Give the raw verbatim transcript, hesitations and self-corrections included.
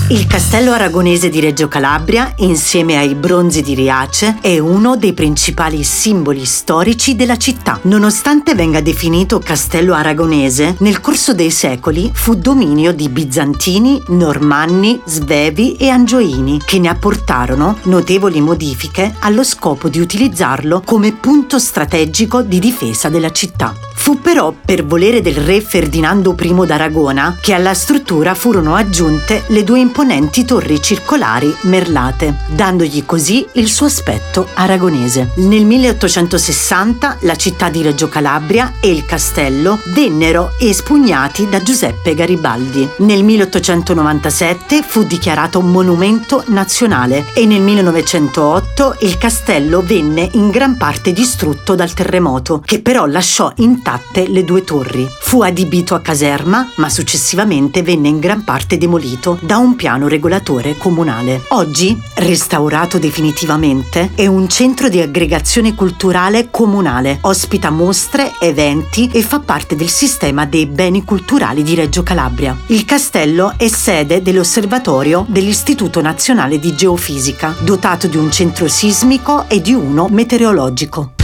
Il castello aragonese di Reggio Calabria, insieme ai bronzi di Riace, è uno dei principali simboli storici della città. Nonostante venga definito castello aragonese, nel corso dei secoli fu dominio di bizantini, normanni, svevi e angioini, che ne apportarono notevoli modifiche allo scopo di utilizzarlo come punto strategico di difesa della città. Fu però per volere del re Ferdinando I d'Aragona che alla struttura furono aggiunte le due imponenti torri circolari merlate, dandogli così il suo aspetto aragonese. Nel milleottocentosessanta la città di Reggio Calabria e il castello vennero espugnati da Giuseppe Garibaldi. Nel milleottocentonovantasette fu dichiarato monumento nazionale e nel millenovecentootto il castello venne in gran parte distrutto dal terremoto, che però lasciò intatte le due torri. Fu adibito a caserma, ma successivamente venne in gran parte demolito da un piano regolatore comunale. Oggi, restaurato definitivamente, è un centro di aggregazione culturale comunale, ospita mostre, eventi e fa parte del sistema dei beni culturali di Reggio Calabria. Il castello è sede dell'osservatorio dell'Istituto Nazionale di Geofisica, dotato di un centro sismico e di uno meteorologico.